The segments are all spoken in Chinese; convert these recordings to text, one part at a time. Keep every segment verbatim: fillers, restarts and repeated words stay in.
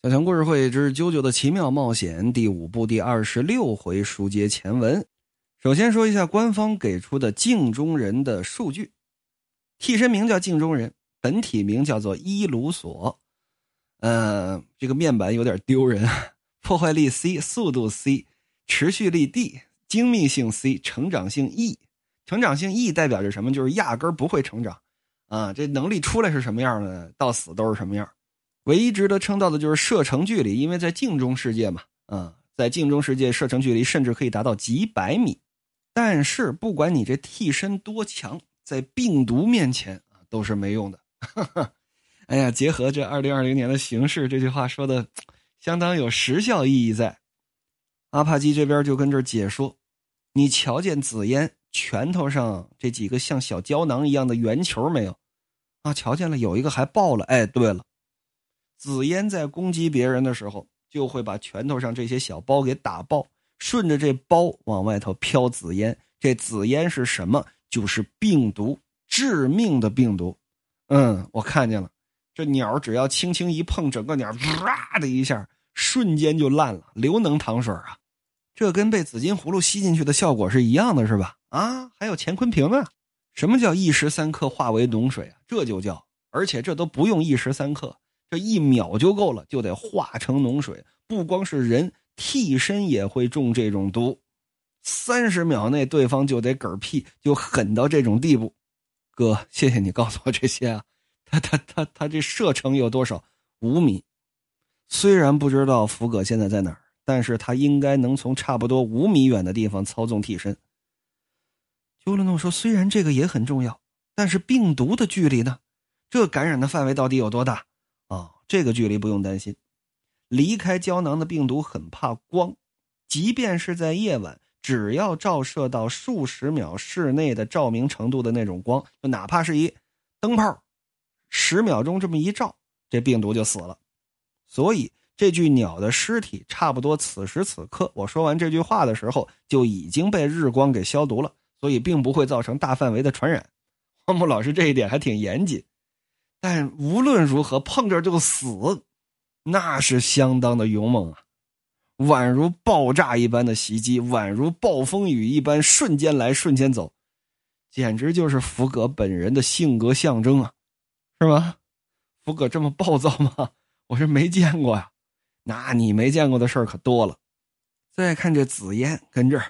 小强故事会之啾啾的奇妙冒险第五部第二十六回书接前文。首先说一下官方给出的镜中人的数据。替身名叫镜中人，本体名叫做伊鲁索。呃，这个面板有点丢人，破坏力 C， 速度 C， 持续力 D， 精密性 C， 成长性 E。 成长性 E 代表着什么？就是压根不会成长啊，这能力出来是什么样的，到死都是什么样。唯一值得称道的就是射程距离，因为在镜中世界嘛，啊，在镜中世界射程距离甚至可以达到几百米。但是不管你这替身多强，在病毒面前啊都是没用的。哎呀，结合这二零二零年的形势，这句话说的相当有时效意义在。阿帕基这边就跟这儿解说，你瞧见紫嫣拳头上这几个像小胶囊一样的圆球没有？啊，瞧见了，有一个还爆了。哎，对了，紫嫣在攻击别人的时候，就会把拳头上这些小包给打爆，顺着这包往外头飘紫烟。这紫烟是什么？就是病毒，致命的病毒。嗯，我看见了，这鸟只要轻轻一碰，整个鸟哇的一下，瞬间就烂了，流能糖水啊！这跟被紫金葫芦吸进去的效果是一样的，是吧？啊，还有乾坤瓶啊！什么叫一时三刻化为脓水啊？这就叫，而且这都不用一时三刻。这一秒就够了，就得化成脓水。不光是人，替身也会中这种毒。三十秒内对方就得嗝屁，就狠到这种地步。哥，谢谢你告诉我这些啊。他他他他这射程有多少？五米。虽然不知道福葛现在在哪儿，但是他应该能从差不多五米远的地方操纵替身。丘勒诺说，虽然这个也很重要，但是病毒的距离呢？这感染的范围到底有多大？哦，这个距离不用担心。离开胶囊的病毒很怕光，即便是在夜晚，只要照射到数十秒室内的照明程度的那种光，就哪怕是一灯泡，十秒钟这么一照，这病毒就死了。所以这具鸟的尸体差不多此时此刻，我说完这句话的时候，就已经被日光给消毒了，所以并不会造成大范围的传染。荒木老师这一点还挺严谨。但无论如何碰着就死，那是相当的勇猛啊！宛如爆炸一般的袭击，宛如暴风雨一般瞬间来瞬间走，简直就是福葛本人的性格象征啊，是吗？福葛这么暴躁吗？我是没见过呀。那你没见过的事儿可多了。再看这紫嫣跟这儿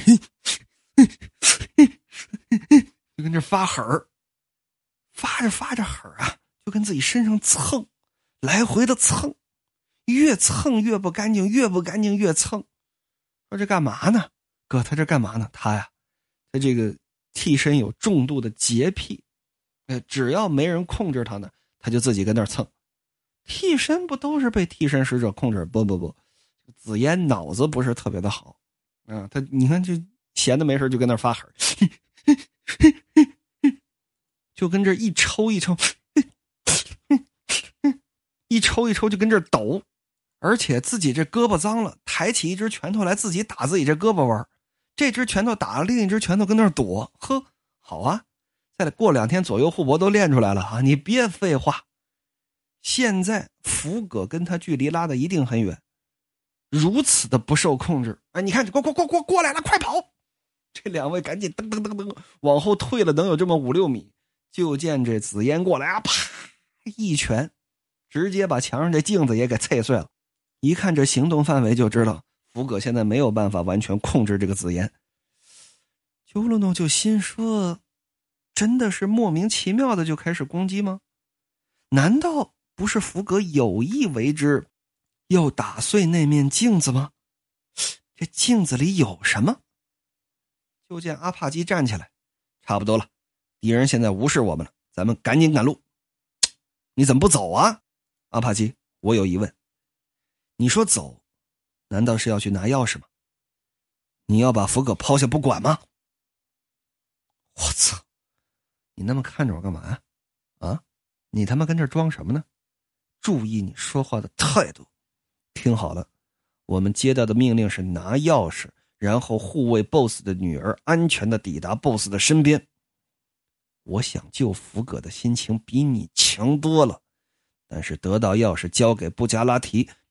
就跟这发狠儿，发着发着狠儿啊，就跟自己身上蹭，来回的蹭，越蹭越不干净，越不干净越蹭。说这干嘛呢？哥，他这干嘛呢？他呀，他这个替身有重度的洁癖，呃，只要没人控制他呢，他就自己跟那儿蹭。替身不都是被替身使者控制？不不不，紫嫣脑子不是特别的好啊，他你看这闲的没事就跟那儿发狠，就跟这一抽一抽。一抽一抽就跟这抖，而且自己这胳膊脏了，抬起一只拳头来自己打自己这胳膊玩，这只拳头打了另一只拳头跟那躲。呵，好啊，再过两天左右互搏都练出来了啊！你别废话。现在福葛跟他距离拉的一定很远，如此的不受控制。哎，你看，过过过过过来了，快跑！这两位赶紧噔噔噔噔往后退了，能有这么五六米。就见这紫嫣过来啊，啪一拳。直接把墙上这镜子也给碎碎了。一看这行动范围就知道福葛现在没有办法完全控制这个紫嫣。丘洛诺就心说，真的是莫名其妙的就开始攻击吗？难道不是福葛有意为之，要打碎那面镜子吗？这镜子里有什么？就见阿帕基站起来，差不多了，敌人现在无视我们了，咱们赶紧赶路。你怎么不走啊？阿帕基，我有疑问。你说走，难道是要去拿钥匙吗？你要把福葛抛下不管吗？我操！你那么看着我干嘛呀？啊？你他妈跟这装什么呢？注意你说话的态度。听好了，我们接到的命令是拿钥匙，然后护卫 boss 的女儿安全的抵达 boss 的身边。我想救福葛的心情比你强多了。但是得到钥匙交给布加拉提，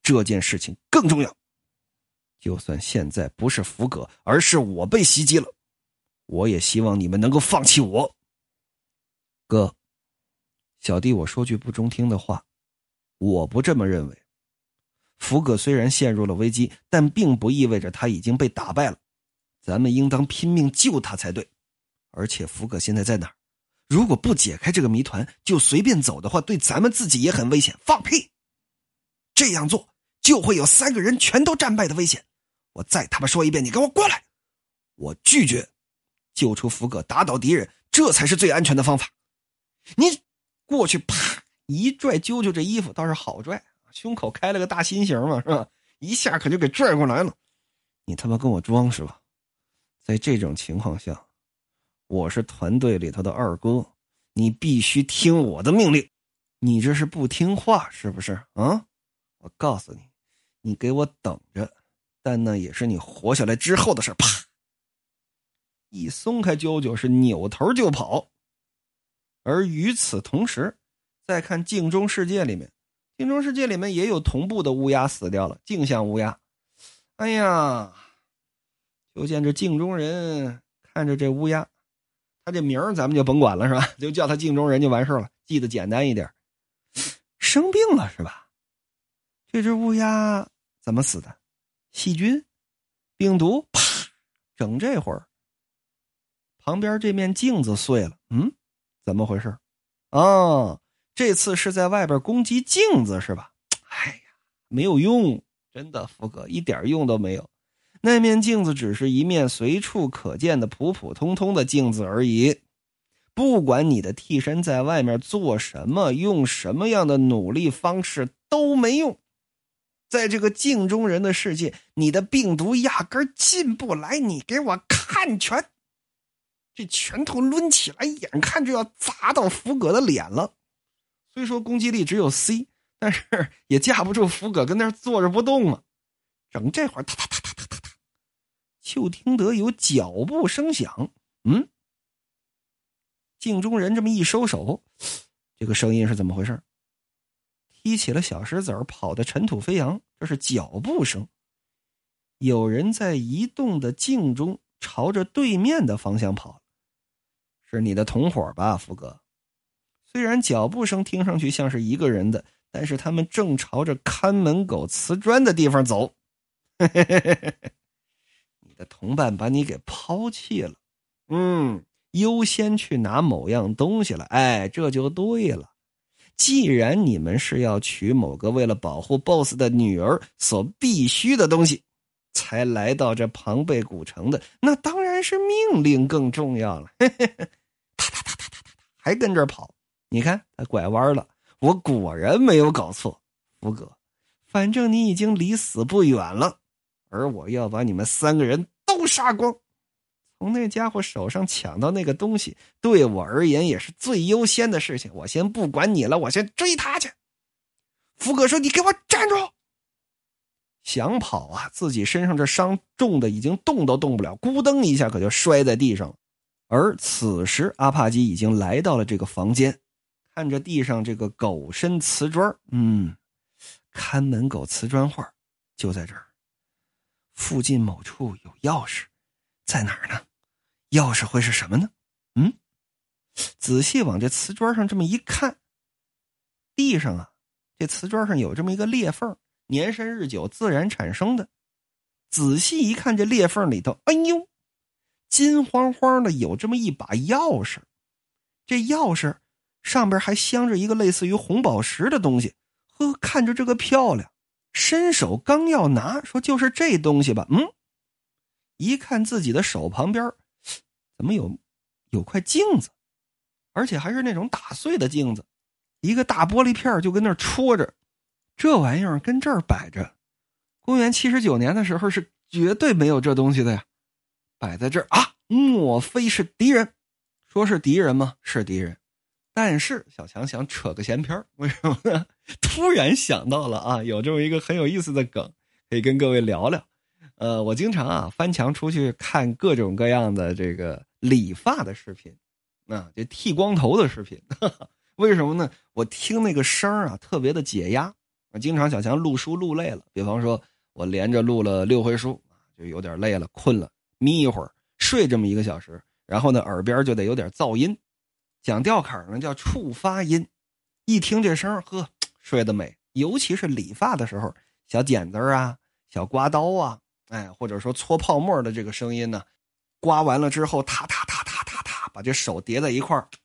这件事情更重要。就算现在不是福葛，而是我被袭击了，我也希望你们能够放弃我。哥，小弟我说句不中听的话，我不这么认为。福葛虽然陷入了危机，但并不意味着他已经被打败了，咱们应当拼命救他才对。而且福葛现在在哪儿？如果不解开这个谜团就随便走的话，对咱们自己也很危险。放屁！这样做就会有三个人全都战败的危险。我再他妈说一遍，你给我过来！我拒绝。救出福葛，打倒敌人，这才是最安全的方法。你过去，啪一拽啾啾这衣服，倒是好拽，胸口开了个大心形嘛，是吧？一下可就给拽过来了。你他妈跟我装是吧？在这种情况下，我是团队里头的二哥，你必须听我的命令。你这是不听话是不是啊？我告诉你，你给我等着，但那也是你活下来之后的事。啪！一松开啾啾，是扭头就跑。而与此同时，再看镜中世界里面，镜中世界里面也有同步的乌鸦死掉了，镜像乌鸦。哎呀，就见这镜中人看着这乌鸦，他这名儿咱们就甭管了是吧？就叫他镜中人就完事了，记得简单一点。生病了是吧？这只乌鸦怎么死的？细菌？病毒？啪！整这会儿，旁边这面镜子碎了。嗯，怎么回事？哦，这次是在外边攻击镜子是吧？哎呀，没有用，真的福哥一点用都没有。那面镜子只是一面随处可见的普普通通的镜子而已。不管你的替身在外面做什么，用什么样的努力方式都没用。在这个镜中人的世界，你的病毒压根进不来，你给我看拳！这拳头抡起来，眼看就要砸到福葛的脸了。虽说攻击力只有 C， 但是也架不住福葛跟那儿坐着不动啊。整这会儿，哒哒哒哒哒哒哒，就听得有脚步声响。嗯，镜中人这么一收手，这个声音是怎么回事？踢起了小石子儿，跑得尘土飞扬，这是脚步声。有人在移动的镜中朝着对面的方向跑。是你的同伙吧，福哥？虽然脚步声听上去像是一个人的，但是他们正朝着看门狗瓷砖的地方走。你的同伴把你给抛弃了，嗯，优先去拿某样东西了。哎，这就对了。既然你们是要取某个为了保护 B O S S 的女儿所必须的东西，才来到这庞贝古城的，那当然是命令更重要了。哒哒哒哒哒哒，还跟这儿跑。你看他拐弯了，我果然没有搞错。福哥，反正你已经离死不远了，而我要把你们三个人都杀光。从那家伙手上抢到那个东西，对我而言也是最优先的事情。我先不管你了，我先追他去。福哥说：“你给我站住！”想跑啊，自己身上这伤重的已经动都动不了，咕噔一下可就摔在地上了。而此时阿帕基已经来到了这个房间，看着地上这个狗身瓷砖，嗯，看门狗瓷砖画就在这儿。附近某处有钥匙，在哪儿呢？钥匙会是什么呢？嗯，仔细往这瓷砖上这么一看，地上啊，这瓷砖上有这么一个裂缝，年深日久自然产生的。仔细一看，这裂缝里头，哎呦，金黄黄的有这么一把钥匙。这钥匙上边还镶着一个类似于红宝石的东西，呵，看着这个漂亮。伸手刚要拿，说就是这东西吧。嗯，一看自己的手旁边怎么有有块镜子，而且还是那种打碎的镜子，一个大玻璃片就跟那儿戳着。这玩意儿跟这儿摆着，公元七十九年的时候是绝对没有这东西的呀。摆在这儿啊，莫非是敌人？说是敌人吗？是敌人。但是小强想扯个闲篇，为什么呢？突然想到了啊，有这么一个很有意思的梗，可以跟各位聊聊。呃，我经常啊翻墙出去看各种各样的这个理发的视频，啊，这剃光头的视频。为什么呢？我听那个声啊特别的解压经常小强录书录累了，比方说我连着录了六回书，就有点累了，困了，眯一会儿，睡这么一个小时，然后呢耳边就得有点噪音。讲调坎呢叫触发音，一听这声，呵，睡得美。尤其是理发的时候，小剪子啊，小刮刀啊，哎，或者说搓泡沫的这个声音呢，刮完了之后，踏踏踏踏踏踏，把这手叠在一块儿，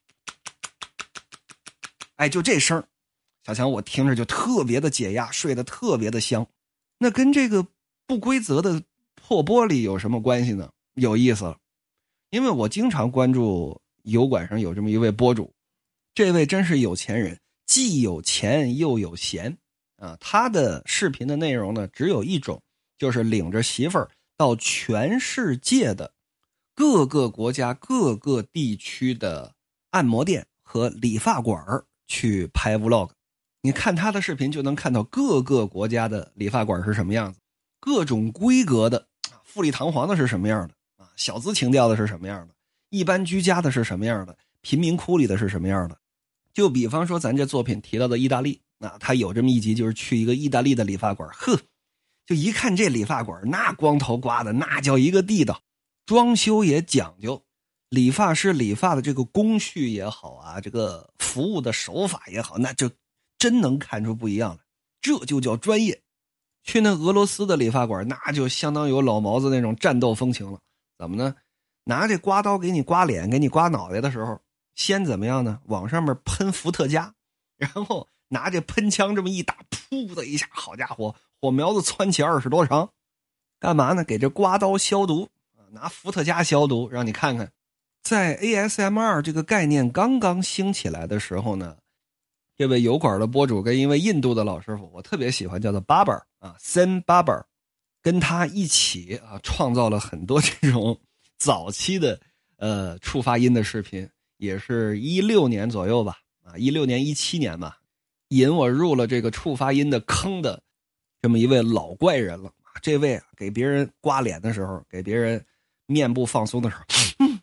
哎，就这声，小强我听着就特别的解压，睡得特别的香。那跟这个不规则的破玻璃有什么关系呢？有意思了，因为我经常关注油管上有这么一位博主，这位真是有钱人，既有钱又有闲啊！他的视频的内容呢，只有一种，就是领着媳妇儿到全世界的各个国家、各个地区的按摩店和理发馆去拍 vlog。你看他的视频就能看到各个国家的理发馆是什么样子，各种规格的，富丽堂皇的是什么样的啊？小资情调的是什么样的？一般居家的是什么样的？贫民窟里的是什么样的？就比方说咱这作品提到的意大利，那他有这么一集就是去一个意大利的理发馆，呵，就一看这理发馆，那光头刮的那叫一个地道，装修也讲究，理发师理发的这个工序也好啊，这个服务的手法也好，那就真能看出不一样来，这就叫专业。去那俄罗斯的理发馆，那就相当有老毛子那种战斗风情了。怎么呢？拿这刮刀给你刮脸，给你刮脑袋的时候，先怎么样呢？往上面喷伏特加，然后拿这喷枪这么一打，噗的一下，好家伙，火苗子窜起二十多长。干嘛呢？给这刮刀消毒，拿伏特加消毒，让你看看。在 A S M R 这个概念刚刚兴起来的时候呢，这位油管的博主跟一位印度的老师傅，我特别喜欢，叫做 Barber 啊 Sam Barber， 跟他一起啊创造了很多这种早期的呃触发音的视频，也是一六年左右吧，啊一六年一七年吧，引我入了这个触发音的坑的这么一位老怪人了。这位啊给别人刮脸的时候，给别人面部放松的时候，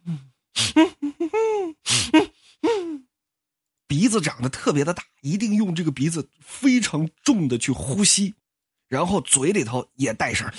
鼻子长得特别的大，一定用这个鼻子非常重的去呼吸，然后嘴里头也带声，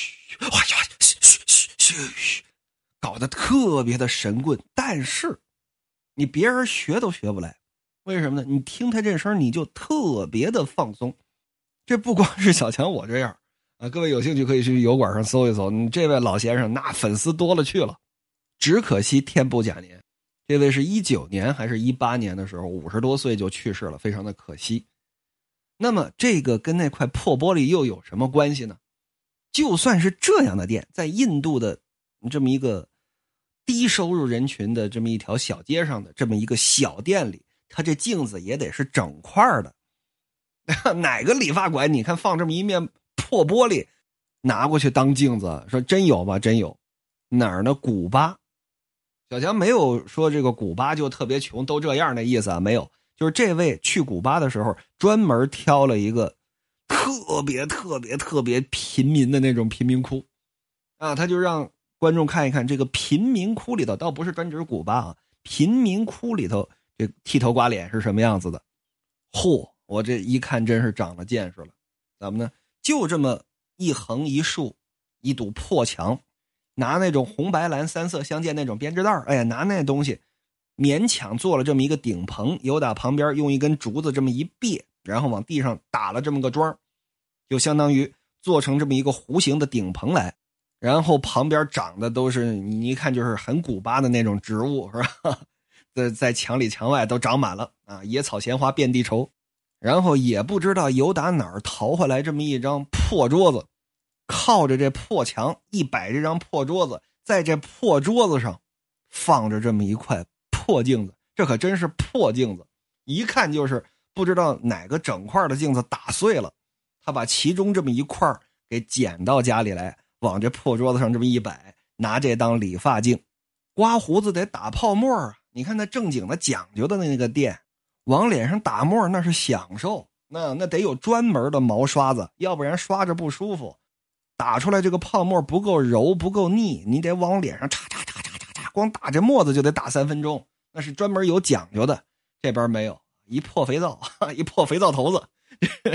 搞得特别的神棍。但是你别人学都学不来，为什么呢？你听他这声你就特别的放松。这不光是小强我这样啊，各位有兴趣可以去油管上搜一搜，你这位老先生那粉丝多了去了。只可惜天不假年，这位是一九年还是一八年的时候五十多岁就去世了，非常的可惜。那么这个跟那块破玻璃又有什么关系呢？就算是这样的店，在印度的这么一个低收入人群的这么一条小街上的这么一个小店里，它这镜子也得是整块的。哪个理发馆你看放这么一面破玻璃拿过去当镜子，说真有吗？真有。哪儿呢？古巴。小强没有说这个古巴就特别穷都这样的意思啊，没有，就是这位去古巴的时候专门挑了一个特别特别特别贫民的那种贫民窟啊，他就让观众看一看这个贫民窟里头，倒不是专指古巴啊，贫民窟里头这剃头刮脸是什么样子的。嚯，我这一看真是长了见识了。怎么呢？就这么一横一竖一堵破墙，拿那种红白蓝三色相间那种编织袋，哎呀，拿那东西勉强做了这么一个顶棚，由打旁边用一根竹子这么一别，然后往地上打了这么个桩，就相当于做成这么一个弧形的顶棚来。然后旁边长的都是你一看就是很古巴的那种植物，是吧？在在墙里墙外都长满了啊，野草闲花遍地愁。然后也不知道由打哪儿淘回来这么一张破桌子，靠着这破墙一摆这张破桌子，在这破桌子上放着这么一块破镜子，这可真是破镜子，一看就是不知道哪个整块的镜子打碎了，他把其中这么一块给捡到家里来，往这破桌子上这么一摆，拿这当理发镜。刮胡子得打泡沫啊，你看那正经的讲究的那个店，往脸上打沫那是享受，那那得有专门的毛刷子，要不然刷着不舒服。打出来这个泡沫不够柔不够腻，你得往脸上嚓嚓嚓嚓嚓嚓，光打这沫子就得打三分钟，那是专门有讲究的。这边没有，一破肥皂，一破肥皂头子，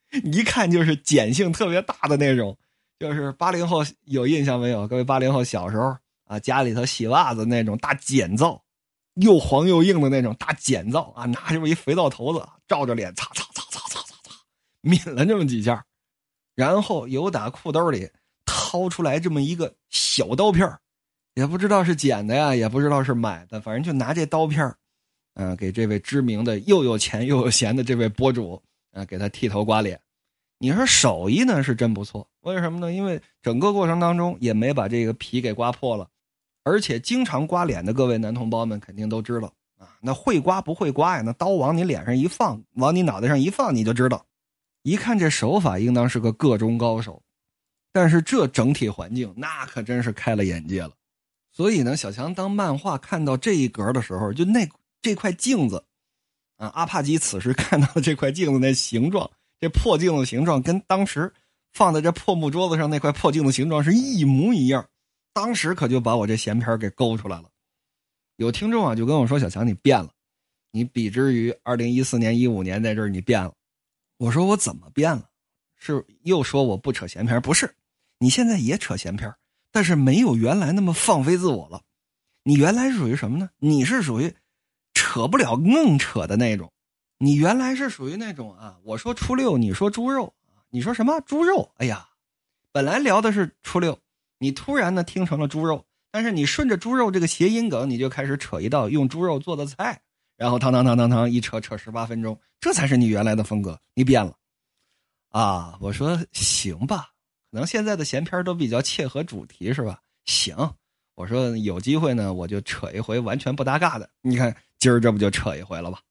一看就是碱性特别大的那种。就是八零后有印象没有？各位八零后小时候啊，家里头洗袜子那种大碱皂，又黄又硬的那种大碱皂啊，拿着一肥皂头子照着脸擦擦擦擦擦擦擦，抿了这么几下，然后由打裤兜里掏出来这么一个小刀片，也不知道是捡的呀，也不知道是买的，反正就拿这刀片嗯、呃，给这位知名的又有钱又有闲的这位博主啊、呃，给他剃头刮脸。你说手艺呢是真不错，为什么呢？因为整个过程当中也没把这个皮给刮破了，而且经常刮脸的各位男同胞们肯定都知道啊，那会刮不会刮呀？那刀往你脸上一放，往你脑袋上一放，你就知道。一看这手法应当是个个中高手，但是这整体环境那可真是开了眼界了。所以呢，小强当漫画看到这一格的时候，就那这块镜子啊，阿帕基此时看到的这块镜子那形状，这破镜子形状跟当时放在这破木桌子上那块破镜子形状是一模一样，当时可就把我这闲篇给勾出来了。有听众啊就跟我说，小强你变了，你比之于二零一四年一五年在这儿你变了。我说我怎么变了？是又说我不扯闲篇？不是，你现在也扯闲篇，但是没有原来那么放飞自我了。你原来是属于什么呢？你是属于扯不了硬扯的那种。你原来是属于那种啊，我说初六，你说猪肉，你说什么猪肉？哎呀，本来聊的是初六，你突然呢听成了猪肉，但是你顺着猪肉这个谐音梗，你就开始扯一道用猪肉做的菜，然后汤汤汤汤汤一扯扯十八分钟，这才是你原来的风格，你变了啊！我说行吧，可能现在的闲篇都比较切合主题是吧？行，我说有机会呢，我就扯一回完全不搭嘎的，你看今儿这不就扯一回了吧？